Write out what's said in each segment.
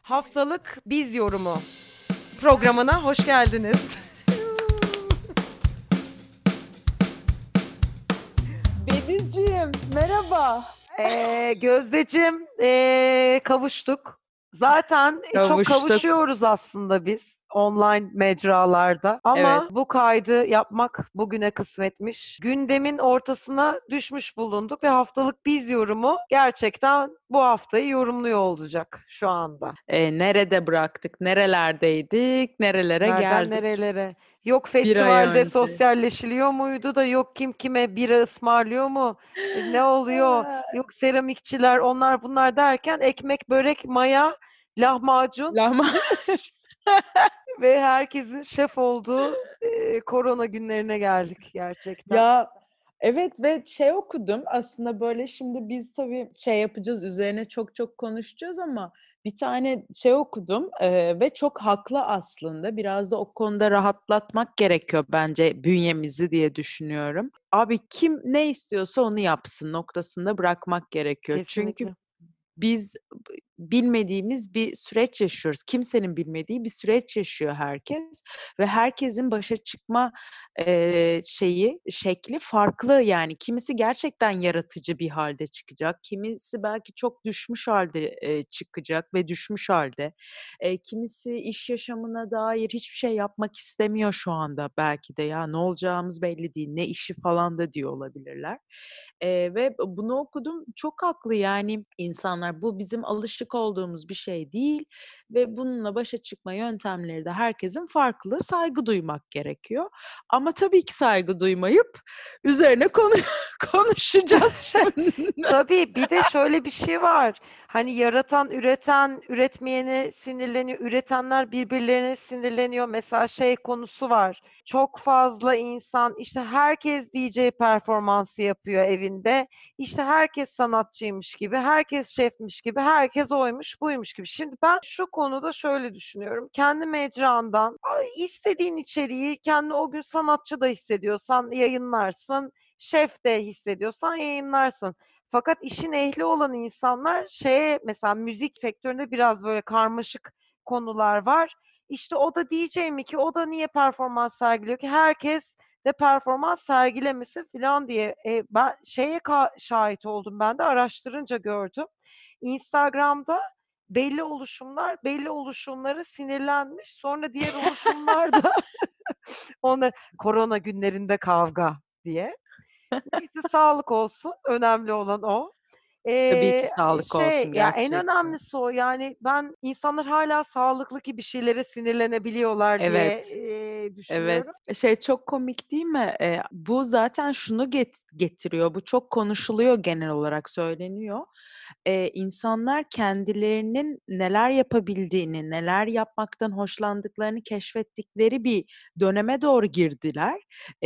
Haftalık Biz Yorumu programına hoş geldiniz. Denizciğim, merhaba. Gözdeciğim, kavuştuk. Zaten çok Kavuştuk. kavuşuyoruz aslında biz online mecralarda. Ama Evet. bu kaydı yapmak bugüne kısmetmiş. Gündemin ortasına düşmüş bulunduk ve haftalık Biz Yorumu gerçekten bu haftayı yorumluyor olacak şu anda. Nerede bıraktık, nerelerdeydik, nerelere Nereden geldik nerelere? Yok bir ay festivalde önce. sosyalleşiliyor muydu da yok kim kime bira ısmarlıyor mu? Ne oluyor? Aa, Yok seramikçiler onlar bunlar derken ekmek, börek, maya, lahmacun Lahmacun. ve herkesin şef olduğu korona günlerine geldik gerçekten. Ya evet ve şey okudum aslında böyle şimdi biz tabii şey yapacağız üzerine çok çok konuşacağız ama bir tane şey okudum ve çok haklı aslında. Biraz da o konuda rahatlatmak gerekiyor bence bünyemizi diye düşünüyorum. Abi kim ne istiyorsa onu yapsın noktasında bırakmak gerekiyor. Çünkü Kesinlikle. biz bilmediğimiz bir süreç yaşıyoruz. Kimsenin bilmediği bir süreç yaşıyor herkes ve herkesin başa çıkma, şekli farklı. Yani kimisi gerçekten yaratıcı bir hâlde çıkacak, kimisi belki çok düşmüş hâlde, çıkacak ve düşmüş hâlde. Kimisi iş yaşamına dair hiçbir şey yapmak istemiyor şu anda belki de. Ya, ne olacağımız belli değil, ne işi falan da diyor olabilirler. Ve bunu okudum. Çok haklı yani insanlar. Bu bizim alışık olduğumuz bir şey değil ve bununla başa çıkma yöntemleri de herkesin farklı. Saygı duymak gerekiyor. Ama tabii ki saygı duymayıp üzerine konuşacağız şimdi. Tabii bir de şöyle bir şey var. Hani yaratan, üreten, üretmeyene sinirleniyor. Üretenler birbirlerine sinirleniyor. Mesela şey konusu var. Çok fazla insan işte herkes DJ performansı yapıyor evinde. İşte herkes sanatçıymış gibi, herkes şefmiş gibi, herkes oymuş, buymuş gibi. Şimdi ben şu konuda şöyle düşünüyorum. Kendi mecrandan istediğin içeriği kendi o gün sanatçı da hissediyorsan yayınlarsın. Şef de hissediyorsan yayınlarsın. Fakat işin ehli olan insanlar şeye mesela müzik sektöründe biraz böyle karmaşık konular var. İşte o da DJ mi ki? O da niye performans sergiliyor ki? Herkes de performans sergilemesin falan diye. Ben şeye şahit oldum ben de araştırınca gördüm. Instagram'da belli oluşumlar belli oluşumlara sinirlenmiş. Sonra diğer oluşumlar da onlar korona günlerinde kavga diye. Neyse sağlık olsun. Önemli olan o. Tabii ki sağlık Şey olsun ya en gerçekten. önemlisi o. Yani ben insanlar hâlâ sağlıklı ki bir şeylere sinirlenebiliyorlar diye, Evet. Evet. düşünüyorum. Şey çok komik değil mi? Bu zaten şunu getiriyor, bu çok konuşuluyor, genel olarak söyleniyor. İnsanlar kendilerinin neler yapabildiğini, neler yapmaktan hoşlandıklarını keşfettikleri bir döneme doğru girdiler.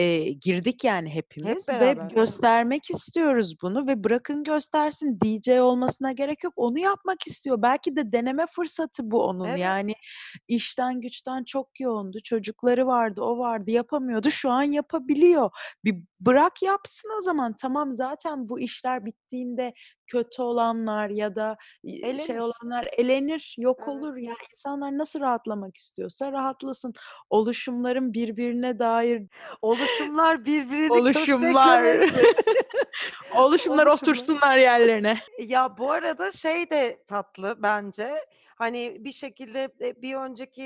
Girdik yani Hep hepimiz ve beraber. göstermek istiyoruz bunu ve bırakın göstersin, DJ olmasına gerek yok, onu yapmak istiyor. Belki de deneme fırsatı bu onun. Evet, Yani işten güçten çok yoğundu, çocukları vardı, o vardı, yapamıyordu. Şu an yapabiliyor. Bir bırak yapsın o zaman. Tamam, zaten bu işler bittiğinde kötü olanlar ya da, şey elenir. olanlar elenir, yok Evet. olur. Yani insanlar nasıl rahatlamak istiyorsa rahatlasın. Oluşumların birbirine dair Oluşumlar birbirini oluşumlar kösteklemesin. oluşumlar Oluşumlar. otursunlar yerlerine. Ya, bu arada şey de tatlı bence, hani, bir şekilde, bir önceki,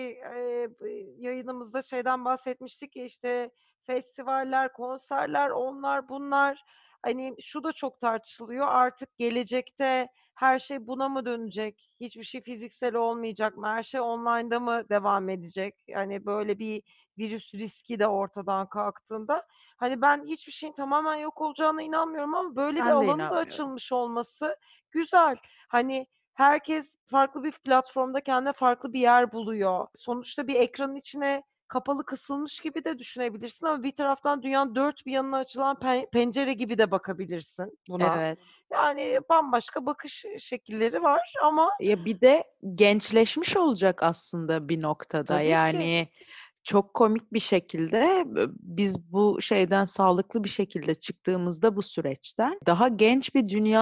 yayınımızda şeyden bahsetmiştik ya, işte, festivaller, konserler, onlar bunlar. Hani, şu da çok tartışılıyor, artık gelecekte her şey buna mı dönecek? Hiçbir şey fiziksel olmayacak mı? Her şey online'da mı devam edecek? Hani, böyle bir virüs riski de ortadan kalktığında. Hani, ben hiçbir şeyin tamamen yok olacağına inanmıyorum ama böyle bir Ben de alanın da inanmıyorum. açılmış olması güzel. Hani, herkes farklı bir platformda kendine farklı bir yer buluyor. Sonuçta bir ekranın içine kapalı, kısılmış gibi de düşünebilirsin ama bir taraftan dünyanın dört bir yanına açılan pencere gibi de bakabilirsin buna. Evet. Yani bambaşka bakış şekilleri var ama Ya, bir de gençleşmiş olacak aslında bir noktada. tabii ki. Yani, çok komik bir şekilde biz bu şeyden sağlıklı bir şekilde çıktığımızda bu süreçten daha genç bir dünya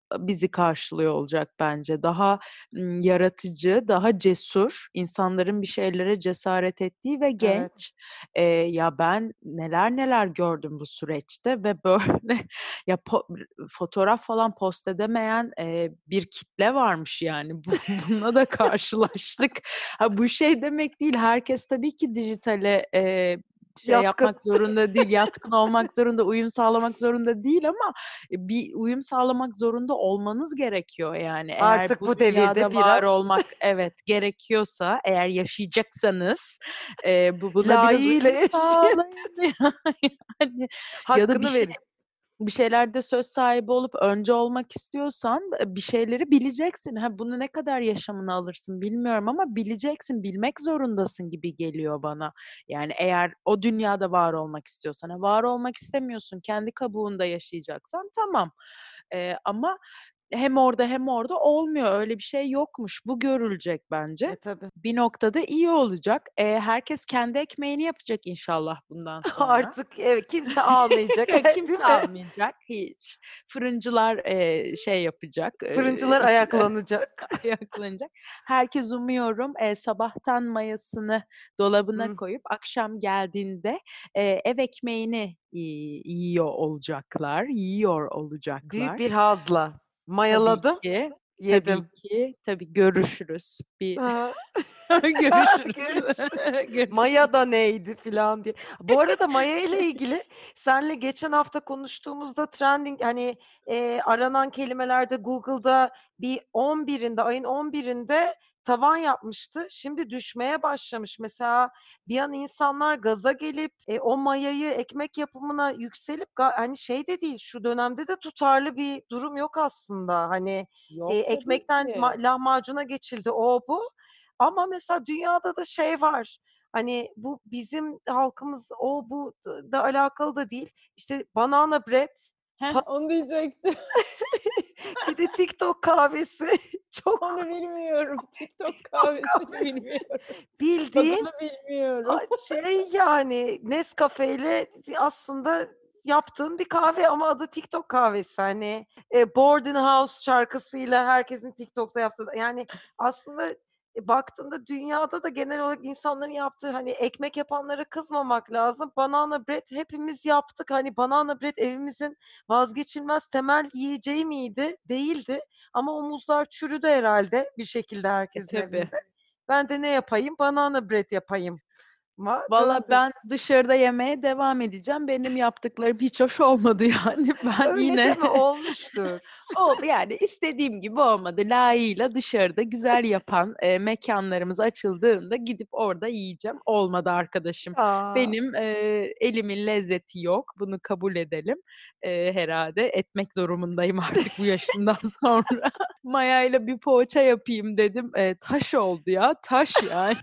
bizi karşılıyor olacak bence. Daha, yaratıcı, daha cesur, insanların bir şeylere cesaret ettiği ve Evet. genç. Ya, ben neler neler gördüm bu süreçte ve böyle ya, fotoğraf falan post edemeyen, bir kitle varmış yani. Bununla da karşılaştık. Ha, bu şey demek değil, herkes tabii ki dijitale, şey Yatkın. yapmak zorunda değil, yatkın olmak zorunda, uyum sağlamak zorunda değil ama bir uyum sağlamak zorunda olmanız gerekiyor yani. Eğer Artık bu bu devirde dünyada var biraz olmak evet, gerekiyorsa, eğer yaşayacaksanız, buna biraz layığıyla uyum yaşayın. sağlayın yani ya da Hakkını verin. bir şeylerde söz sahibi olup önce olmak istiyorsan, bir şeyleri bileceksin. Ha, bunu ne kadar yaşamına alırsın bilmiyorum ama bileceksin, bilmek zorundasın gibi geliyor bana. Yani eğer o dünyada var olmak istiyorsan, ha, var olmak istemiyorsun, kendi kabuğunda yaşayacaksan tamam. Ama hem orada hem orada olmuyor. Öyle bir şey yokmuş. Bu görülecek bence. Tabii. Bir noktada iyi olacak. Herkes kendi ekmeğini yapacak inşallah bundan sonra. Artık evet, kimse almayacak, değil Kimse mi? almayacak hiç. Fırıncılar, şey yapacak, Fırıncılar ayaklanacak. ayaklanacak. Herkes umuyorum, sabahtan mayasını dolabına Hıh. koyup akşam geldiğinde, ev ekmeğini, yiyor Büyük olacaklar. bir hazla. Tabii Mayaladım, ki, tabii yedim. ki, tabii görüşürüz. Ha. Görüşürüz. Görüşürüz. Görüşürüz. Maya da neydi filan diye. Bu arada Maya ile ilgili senle geçen hafta konuştuğumuzda trending, hani, aranan kelimelerde Google'da bir 11'inde, ayın 11'inde tavan yapmıştı. Şimdi düşmeye başlamış. Mesela bir an insanlar gaza gelip, o mayayı ekmek yapımına yükselip hani, şey de değil, şu dönemde de tutarlı bir durum yok aslında. Hani, Yok tabii ekmekten ki. lahmacuna geçildi, o bu. Ama mesela dünyada da şey var, hani, bu bizim halkımız o bu da alakalı da değil. İşte banana bread, Heh, onu diyecektim. bir de TikTok kahvesi çok Onu bilmiyorum. TikTok TikTok kahvesini kahvesi bilmiyorum. bildiğin Tadını bilmiyorum. şey yani Nescafe'yle aslında yaptığın bir kahve ama adı TikTok kahvesi. Hani, Boarding House şarkısıyla herkesin TikTok'ta yaptığı yani aslında, baktığında dünyada da genel olarak insanların yaptığı, hani, ekmek yapanlara kızmamak lazım. Banana bread hepimiz yaptık. Hani, banana bread evimizin vazgeçilmez temel yiyeceği miydi? Değildi ama o muzlar çürüdü herhâlde bir şekilde herkesin Tabii. evinde. Ben de ne yapayım? Banana bread yapayım ma Valla döndü. ben dışarıda yemeye devam edeceğim. Benim yaptıklarım hiç hoş olmadı yani. Ben Öyle yine deme, olmuştur. yani istediğim gibi olmadı. Layığıyla dışarıda güzel yapan, mekânlarımız açıldığında gidip orada yiyeceğim. Olmadı arkadaşım. A! Benim, elimin lezzeti yok. Bunu kabul edelim. Herhâlde etmek zorundayım artık bu yaşımdan sonra. Mayayla bir poğaça yapayım dedim. Taş oldu ya, taş yani.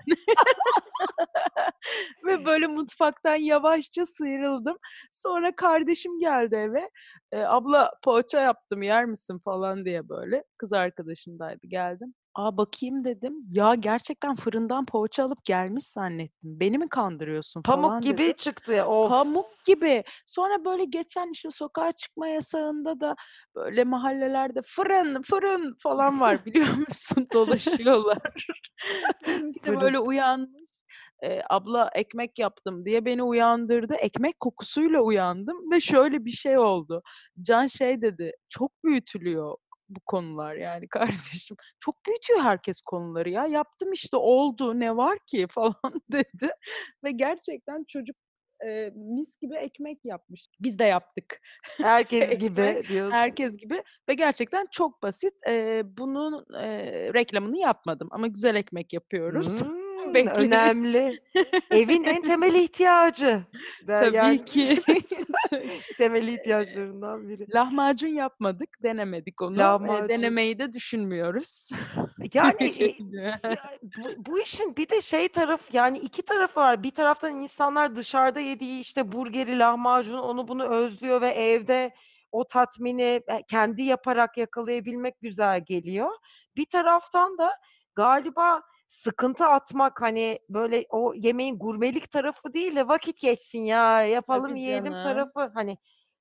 Ve böyle mutfaktan yavaşça sıyrıldım. Sonra kardeşim geldi eve. "Abla poğaça yaptım, yer misin?" falan diye böyle. Kız arkadaşındaydı, geldim. "A, bakayım." dedim. "Ya, gerçekten fırından poğaça alıp gelmiş zannettim. Beni mi kandırıyorsun?" Pamuk falan dedi. gibi çıktı. Of! Pamuk gibi. Sonra böyle geçen, işte, sokağa çıkma yasağında da böyle mahallelerde fırın, fırın falan var biliyor musun? Dolaşıyorlar. Bizimki de Fırın. böyle uyanmış. "Abla ekmek yaptım." diye beni uyandırdı. Ekmek kokusuyla uyandım ve şöyle bir şey oldu. Can şey dedi, "Çok büyütülüyor bu konular yani kardeşim. Çok büyütüyor herkes konuları ya. Yaptım işte oldu, ne var ki?" falan dedi ve gerçekten çocuk, mis gibi ekmek yapmış. Biz de yaptık Herkes ekmek, gibi diyorsun. herkes gibi ve gerçekten çok basit. Bunun, reklamını yapmadım ama güzel ekmek yapıyoruz. Bekleriz. Önemli. Evin en temel ihtiyacı. Tabii Yani ki. düşünürsen temel ihtiyaçlarından biri. Lahmacun yapmadık, denemedik onu. Lahmacun. Denemeyi de düşünmüyoruz. Yani, ya, bu işin bir de şey tarafı, yani 2 tarafı var. Bir taraftan insanlar dışarıda yediği, işte, burgeri, lahmacunu, onu bunu özlüyor ve evde o tatmini, kendi yaparak yakalayabilmek güzel geliyor. Bir taraftan da galiba sıkıntı atmak, hani, böyle, o yemeğin gurmelik tarafı değil de vakit geçsin ya, yapalım, Tabii yiyelim canım. tarafı. Hani,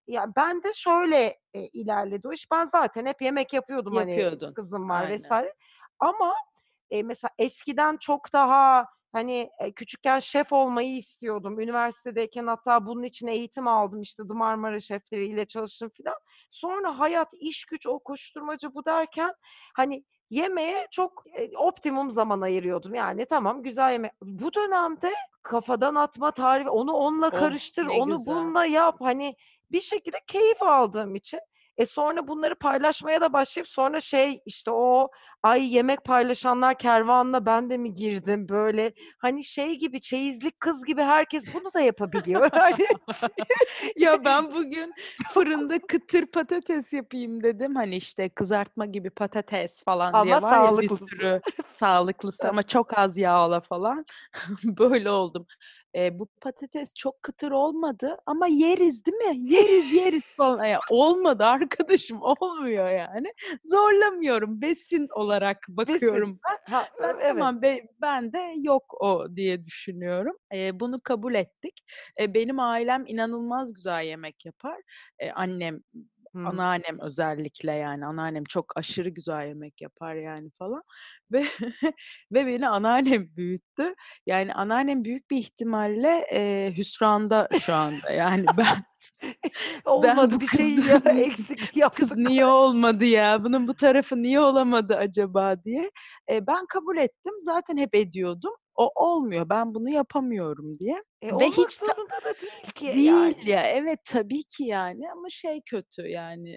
ya, ben de şöyle, ilerledi o iş. Ben zaten hep yemek yapıyordum, hani, Yapıyordun. kızım var Aynen. vs. Ama, mesela eskiden çok daha, hani, küçükken şef olmayı istiyordum. Üniversitedeyken hatta bunun için eğitim aldım, işte, The Marmara şefleriyle çalıştım filan. Sonra hayat, iş güç, o koşturmaca bu derken, hani, yemeğe çok, optimum zaman ayırıyordum. Yani tamam, güzel bu dönemde kafadan atma tarifi, onu onunla Oh, karıştır, ne onu güzel. bununla yap. Hani, bir şekilde keyif aldığım için, sonra bunları paylaşmaya da başlayıp sonra şey, işte, o, ay, yemek paylaşanlar kervanına ben de mi girdim? Böyle, hani, şey gibi, çeyizlik kız gibi herkes bunu da yapabiliyor. Hani, Ya, ben bugün çok fırında kıtır patates yapayım dedim. Hani, işte, kızartma gibi patates falan ama diye var ya bir sağlıklısı. sürü sağlıklısı ama çok az yağla falan. Böyle oldum. Bu patates çok kıtır olmadı ama yeriz, değil mi? Yeriz, yeriz falan. Ya, olmadı arkadaşım, olmuyor yani. Zorlamıyorum, besin olarak Besin. bakıyorum ben. Ha, Ben evet. tamam, bende yok o diye düşünüyorum. Bunu kabul ettik. Benim ailem inanılmaz güzel yemek yapar. Annem, Hıı. anneannem özellikle yani anneannem çok aşırı güzel yemek yapar yani falan ve ve beni anneannem büyüttü. Yani anneannem büyük bir ihtimalle, hüsranda şu anda. Yani ben bu Olmadı, bir kızı şey ya eksik bu kız yaptık. niye olmadı ya, bunun bu tarafı niye olamadı acaba diye. Ben kabul ettim. Zaten hep ediyordum. O olmuyor, ben bunu yapamıyorum diye ve Olmak hiç zorunda da değil ki değil yani. ya, evet, tabii ki yani ama şey kötü yani,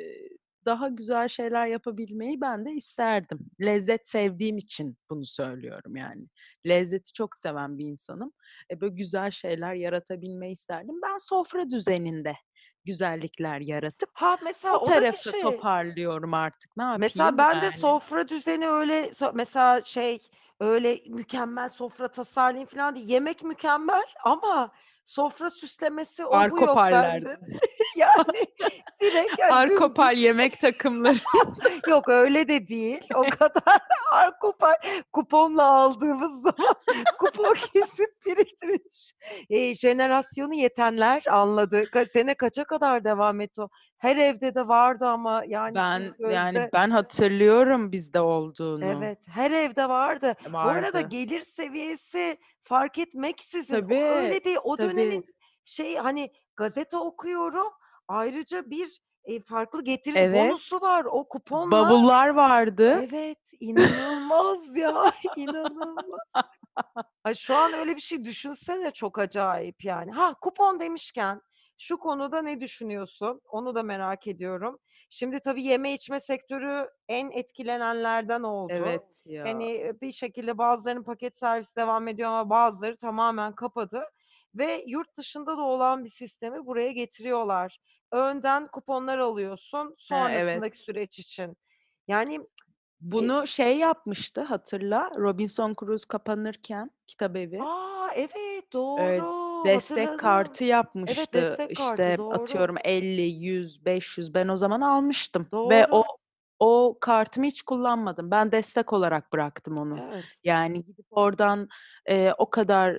daha güzel şeyler yapabilmeyi ben de isterdim. Lezzet sevdiğim için bunu söylüyorum yani. Lezzeti çok seven bir insanım. Böyle güzel şeyler yaratabilmeyi isterdim. Ben sofra düzeninde güzellikler yaratıp Ha, mesela o o da bir tarafı şey. toparlıyorum artık. Ne Mesela yapayım ben de yani? sofra düzeni öyle mesela şey, öyle mükemmel sofra tasarlayayım falan değil. Yemek mükemmel ama sofra süslemesi o bu yok Arkoparlar'da. bende. Yani direkt yani dümdüz. Arkopal yemek takımları. Yok öyle de değil. O kadar kupon kuponla aldığımız zaman kupon kesip biriktirmiş. Jenerasyonu yetenler anladı. Sene kaça kadar devam etti o? Her evde de vardı ama yani şimdi Yani gözde. ben hatırlıyorum bizde olduğunu. Evet, her evde vardı. Bu arada Vardı. gelir seviyesi fark etmeksizin o Tabii, öyle bir o tabii. dönemin şeyi, hani, gazete okuyorum, ayrıca bir, farklı getirisi Evet, bonusu var. O kuponla. bavullar vardı. Evet, inanılmaz ya, inanılmaz. Ay, şu an öyle bir şey düşünsene çok acayip yani. Ha, kupon demişken şu konuda ne düşünüyorsun? Onu da merak ediyorum. Şimdi tabii yeme içme sektörü en etkilenenlerden oldu. Evet ya. Hani, bir şekilde bazılarının paket servisi devam ediyor ama bazıları tamamen kapadı ve yurt dışında da olan bir sistemi buraya getiriyorlar. Önden kuponlar alıyorsun Ha, evet. sonrasındaki süreç için. Yani, eee Bunu şey yapmıştı hatırla, Robinson Crusoe kapanırken kitabevi. Evet, doğru, Destek hatırladım. kartı Evet, yapmıştı. destek kartı, İşte, doğru, atıyorum 50, 100, 500 ben o zaman almıştım ve o doğru. o kartımı hiç kullanmadım. Ben destek olarak bıraktım onu. Evet. Yani gidip oradan, o kadar,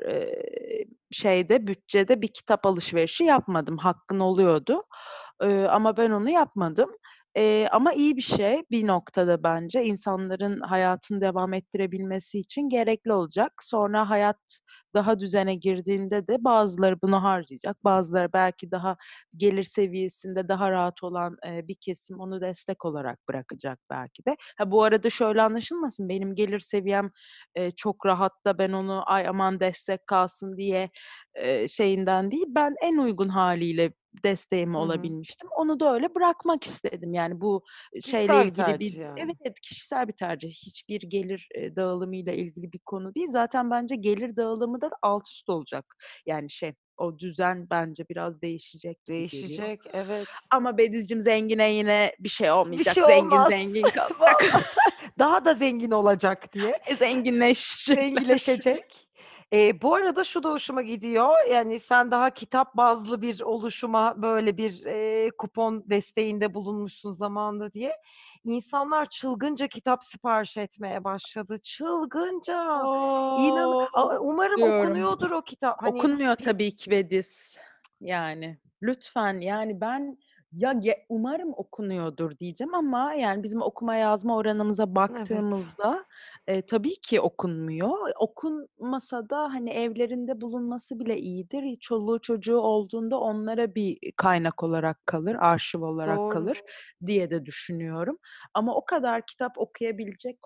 şeyde, bütçede bir kitap alışverişi yapmadım. Hakkın oluyordu. Ama ben onu yapmadım. Ama iyi bir şey bir noktada bence. İnsanların hayatını devam ettirebilmesi için gerekli olacak. Sonra hayat daha düzene girdiğinde de bazıları bunu harcayacak. Bazıları belki daha gelir seviyesinde daha rahat olan, bir kesim onu destek olarak bırakacak belki de. Ha, bu arada şöyle anlaşılmasın, benim gelir seviyem, çok rahat da ben onu, "Ay, aman destek kalsın." diye, şeyinden değil, ben en uygun hâliyle desteğimi Hı hı. olabilmiştim. Onu da öyle bırakmak istedim. Yani bu, şeyle Kişisel bir ilgili bir tercih yani. evet, kişisel bir tercih. Hiçbir gelir, dağılımıyla ilgili bir konu değil. Zaten bence gelir dağılımı da alt üst olacak. Yani şey, o düzen bence biraz değişecek gibi geliyor. Değişecek, evet. Ama Bedizciğim zengine yine bir şey Bir olmayacak. şey Zengin olmaz. zengin kalacak. Vallahi daha da zengin olacak diye. Zenginleşecekler. Zenginleşecek. Bu arada şu da hoşuma gidiyor, yani, sen daha kitap bazlı bir oluşuma, böyle bir, kupon desteğinde bulunmuşsun zamanında diye. İnsanlar çılgınca kitap sipariş etmeye başladı. Çılgınca. Oh! Umarım Diyorum. okunuyordur o kitap. Hani, Okunmuyor biz. tabii ki Bediz. Yani. Lütfen, yani, ben umarım okunuyordur diyeceğim ama, yani, bizim okuma yazma oranımıza Evet, baktığımızda, tabii ki okunmuyor. Okunmasa da, hani, evlerinde bulunması bile iyidir. Çoluğu çocuğu olduğunda onlara bir kaynak olarak kalır, arşiv olarak doğru. kalır diye de düşünüyorum. Ama o kadar kitap okuyabilecek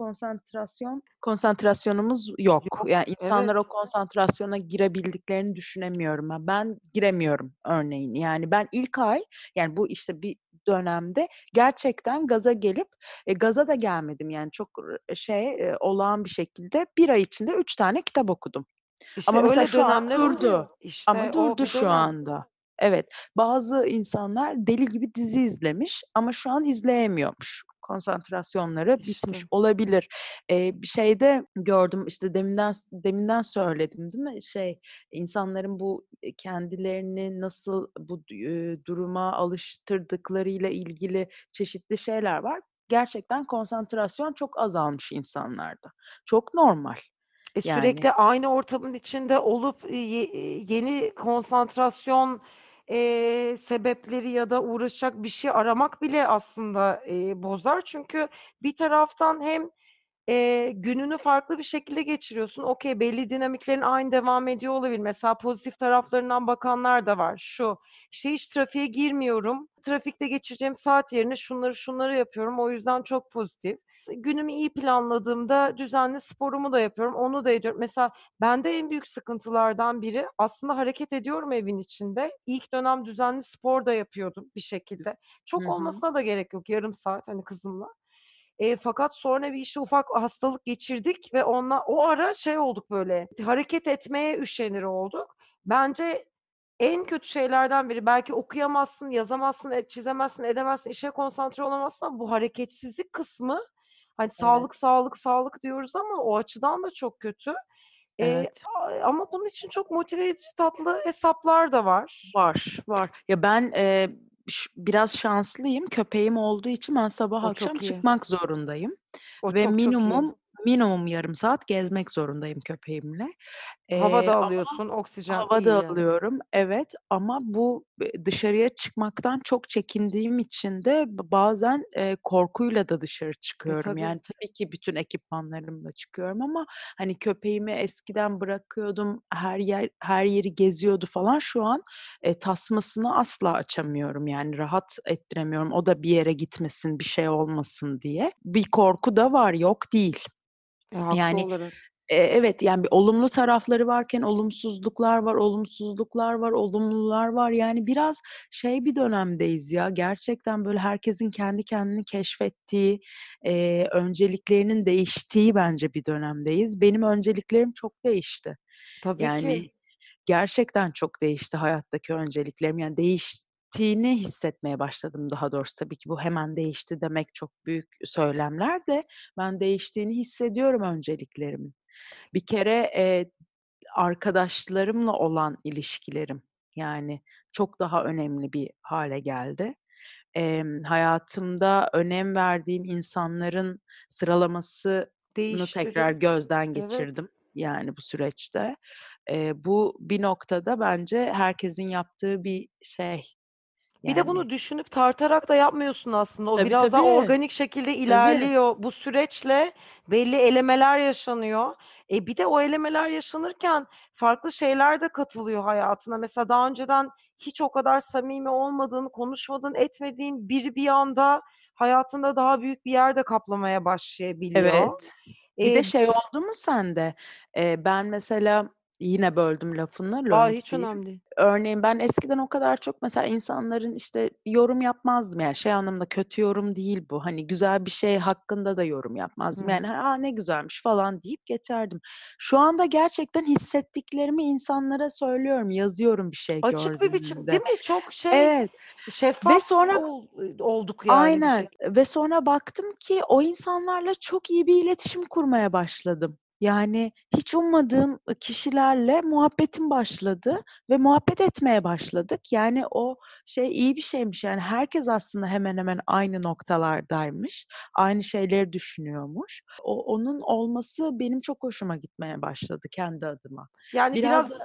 konsantrasyonumuz yok. Yani, Yok, insanlar o evet. konsantrasyona girebildiklerini düşünemiyorum ben. Ben giremiyorum örneğin. Yani, ben ilk ay, yani, bu, işte, bir dönemde gerçekten gaza gelip, gaza da gelmedim, yani, çok olağan bir şekilde bir ay içinde 3 tane kitap okudum. İşte Ama mesela öyle şu an dönemler oluyor. durdu. İşte Ama o durdu bir şu dönem. anda. Evet, bazı insanlar deli gibi dizi izlemiş ama şu an izleyemiyormuş. Konsantrasyonları bitmiş İşte. olabilir. Bir şeyde gördüm, işte, deminden söyledim, değil mi? İnsanların bu, kendilerini nasıl bu duruma alıştırdıklarıyla ilgili çeşitli şeyler var. Gerçekten konsantrasyon çok azalmış insanlarda. Çok normal, yani. Sürekli aynı ortamın içinde olup, yeni konsantrasyon, sebepleri ya da uğraşacak bir şey aramak bile aslında, bozar. Çünkü bir taraftan hem, gününü farklı bir şekilde geçiriyorsun. Okay, belli dinamiklerin aynı devam ediyor olabilir. Mesela pozitif taraflarından bakanlar da var. İşte, hiç trafiğe girmiyorum. Trafikte geçireceğim saat yerine şunları şunları yapıyorum. O yüzden çok pozitif. Günümü iyi planladığımda düzenli sporumu da yapıyorum, onu da ediyorum. Mesela bende en büyük sıkıntılardan biri aslında hareket ediyorum evin içinde. İlk dönem düzenli spor da yapıyordum bir şekilde. Hı Çok hı. olmasına da gerek yok, yarım saat, hani, kızımla. Fakat sonra bir, işte, ufak hastalık geçirdik ve o ara şey olduk böyle, hareket etmeye üşenir olduk. Bence en kötü şeylerden biri, belki okuyamazsın, yazamazsın, çizemezsin, edemezsin, işe konsantre olamazsın ama bu hareketsizlik kısmı, hani, sağlık, Evet, sağlık, sağlık diyoruz ama o açıdan da çok kötü. evet. Ama bunun için çok motive edici tatlı hesaplar da var. Var, var. Ya, ben, biraz şanslıyım. Köpeğim olduğu için ben sabah O akşam çok iyi. çıkmak zorundayım O ve çok çok iyi. minimum yarım saat gezmek zorundayım köpeğimle. Hava da Ama alıyorsun, oksijen hava iyi da yani. alıyorum, evet ama bu dışarıya çıkmaktan çok çekindiğim için de bazen, korkuyla da dışarı çıkıyorum. Tabii. Yani, tabii ki bütün ekipmanlarımla çıkıyorum ama, hani, köpeğimi eskiden bırakıyordum, her yeri geziyordu falan. Şu an, tasmasını asla açamıyorum, yani, rahat ettiremiyorum. O da bir yere gitmesin, bir şey olmasın diye. Bir korku da var, yok değil. Haklı Yani, olarak. evet, yani, bir olumlu tarafları varken olumsuzluklar var, olumsuzluklar var, olumlular var. Yani, biraz bir dönemdeyiz ya, gerçekten, böyle, herkesin kendi kendini keşfettiği, önceliklerinin değiştiği bence bir dönemdeyiz. Benim önceliklerim çok değişti. Tabii ki. Yani, gerçekten çok değişti hayattaki önceliklerim. Yani, değiştiğini hissetmeye başladım daha doğrusu. Tabii ki bu hemen değişti demek çok büyük söylemler de ben değiştiğini hissediyorum önceliklerimin. Bir kere, arkadaşlarımla olan ilişkilerim, yani, çok daha önemli bir hâle geldi. Hayatımda önem verdiğim insanların sıralamasını Değişti, tekrar değil mi? gözden Evet. geçirdim, yani, bu süreçte. Bu bir noktada bence herkesin yaptığı bir şey, Bir de yani. bunu düşünüp tartarak da yapmıyorsun aslında. O Tabii, biraz daha tabii. organik şekilde Tabii. ilerliyor. Bu süreçle belli elemeler yaşanıyor. Bir de o elemeler yaşanırken farklı şeyler de katılıyor hayatına. Mesela daha önceden hiç o kadar samimi olmadığın, konuşmadığın, etmediğin biri bir anda hayatında daha büyük bir yer de kaplamaya başlayabiliyor. Evet. Bir de Eee oldu mu sende? Ben mesela yine böldüm lafını, lönk Hiç diye. önemli değil. Örneğin ben eskiden o kadar çok mesela insanların, işte, yorum yapmazdım, yani, anlamında kötü yorum değil bu, hani, güzel bir şey hakkında da yorum Hı yapmazdım. Yani, hı. "A, ne güzelmiş." falan deyip geçerdim. Şu anda gerçekten hissettiklerimi insanlara söylüyorum, yazıyorum bir şey Açık bir biçim, gördüğümde. değil mi? Çok Evet ve şeffaf sonra olduk yani bir aynen şekilde. ve sonra baktım ki o insanlarla çok iyi bir iletişim kurmaya başladım. Yani hiç ummadığım, kişilerle muhabbetim başladı ve muhabbet etmeye başladık. Yani o iyi bir şeymiş, yani herkes aslında hemen hemen aynı noktalardaymış, aynı şeyleri düşünüyormuş. Onun olması benim çok hoşuma gitmeye başladı kendi adıma. Yani Biraz biraz da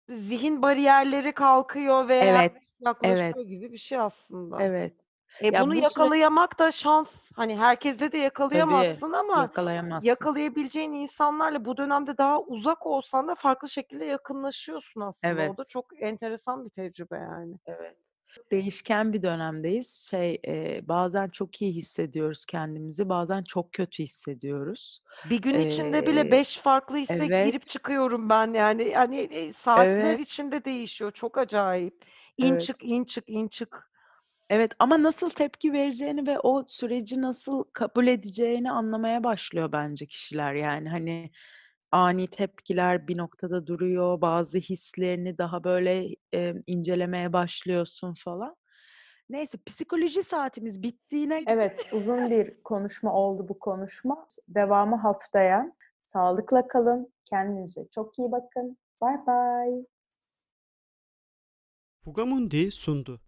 zihin bariyerleri kalkıyor veya Evet, evet, yaklaşıyor gibi bir şey aslında. evet. Bunu Ya, bu süreç yakalayamak da şans. Hani herkesle de tabii, yakalayamazsın ama yakalayamazsın. yakalayabileceğin insanlarla bu dönemde daha uzak olsan da farklı şekilde yakınlaşıyorsun aslında. Evet, O da çok enteresan bir tecrübe yani. evet. Değişken bir dönemdeyiz. Bazen çok iyi hissediyoruz kendimizi, bazen çok kötü hissediyoruz. Bir gün içinde bile Eee 5 farklı hisse Evet, girip çıkıyorum ben yani. Hani, saatler evet, içinde değişiyor. Çok acayip. İn evet. çık, in çık, in çık. Evet ama nasıl tepki vereceğini ve o süreci nasıl kabul edeceğini anlamaya başlıyor bence kişiler. Yani, hani, ani tepkiler bir noktada duruyor, bazı hislerini daha böyle, incelemeye başlıyorsun falan. Neyse, psikoloji saatimiz bittiğine Evet, uzun bir konuşma oldu bu konuşma. Devamı haftaya. Sağlıkla kalın, kendinize çok iyi bakın. Baybay. Fugamundi sundu.